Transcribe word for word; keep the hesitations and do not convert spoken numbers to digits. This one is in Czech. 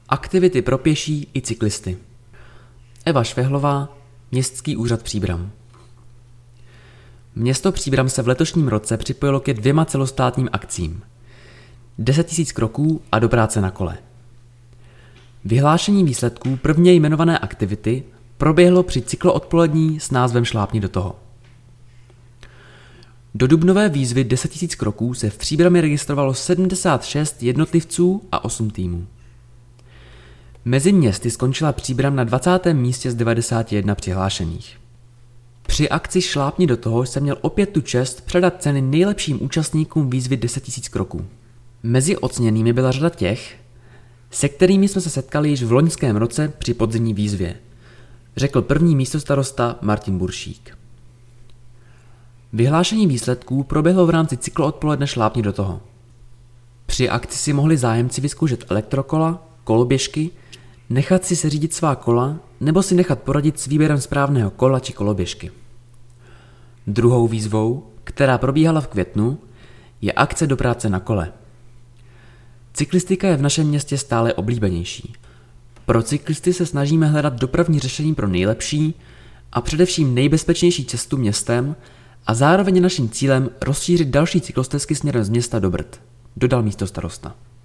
Aktivity pro pěší i cyklisty. Eva Švehlová, Městský úřad Příbram. Město Příbram se v letošním roce připojilo ke dvěma celostátním akcím. deset tisíc kroků a do práce na kole. Vyhlášení výsledků prvně jmenované aktivity proběhlo při cykloodpolední s názvem Šlápni do toho. Do dubnové výzvy deset tisíc kroků se v Příbrami registrovalo sedmdesát šest jednotlivců a osm týmů. Mezi městy skončila Příbram na dvacátém místě z devadesáti jednoho přihlášených. Při akci Šlápni do toho jsem měl opět tu čest předat ceny nejlepším účastníkům výzvy deset tisíc kroků. Mezi oceněnými byla řada těch, se kterými jsme se setkali již v loňském roce při podzimní výzvě, řekl první místostarosta Martin Buršík. Vyhlášení výsledků proběhlo v rámci cykloodpoledne Šlápni do toho. Při akci si mohli zájemci vyzkoušet elektrokola, koloběžky, nechat si seřídit svá kola nebo si nechat poradit s výběrem správného kola či koloběžky. Druhou výzvou, která probíhala v květnu, je akce do práce na kole. Cyklistika je v našem městě stále oblíbenější. Pro cyklisty se snažíme hledat dopravní řešení pro nejlepší a především nejbezpečnější cestu městem a zároveň je naším cílem rozšířit další cyklostezky směrem z města do Brd, dodal místostarosta.